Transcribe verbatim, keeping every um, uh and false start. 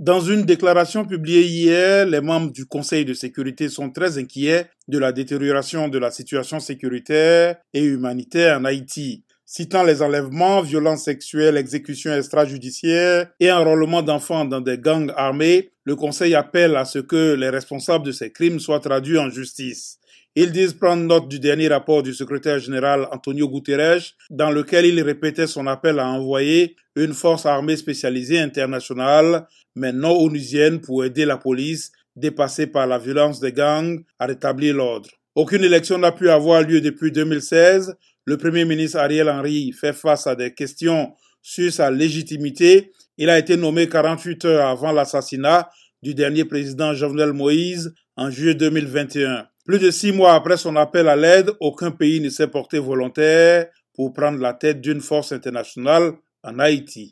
Dans une déclaration publiée hier, les membres du Conseil de sécurité sont très inquiets de la détérioration de la situation sécuritaire et humanitaire en Haïti. Citant les enlèvements, violences sexuelles, exécutions extrajudiciaires et enrôlement d'enfants dans des gangs armés, le Conseil appelle à ce que les responsables de ces crimes soient traduits en justice. Ils disent prendre note du dernier rapport du secrétaire général Antonio Guterres, dans lequel il répétait son appel à envoyer une force armée spécialisée internationale, mais non onusienne, pour aider la police, dépassée par la violence des gangs, à rétablir l'ordre. Aucune élection n'a pu avoir lieu depuis deux mille seize. Le Premier ministre Ariel Henry fait face à des questions sur sa légitimité. Il a été nommé quarante-huit heures avant l'assassinat du dernier président Jovenel Moïse en juillet deux mille vingt et un. Plus de six mois après son appel à l'aide, aucun pays ne s'est porté volontaire pour prendre la tête d'une force internationale en Haïti.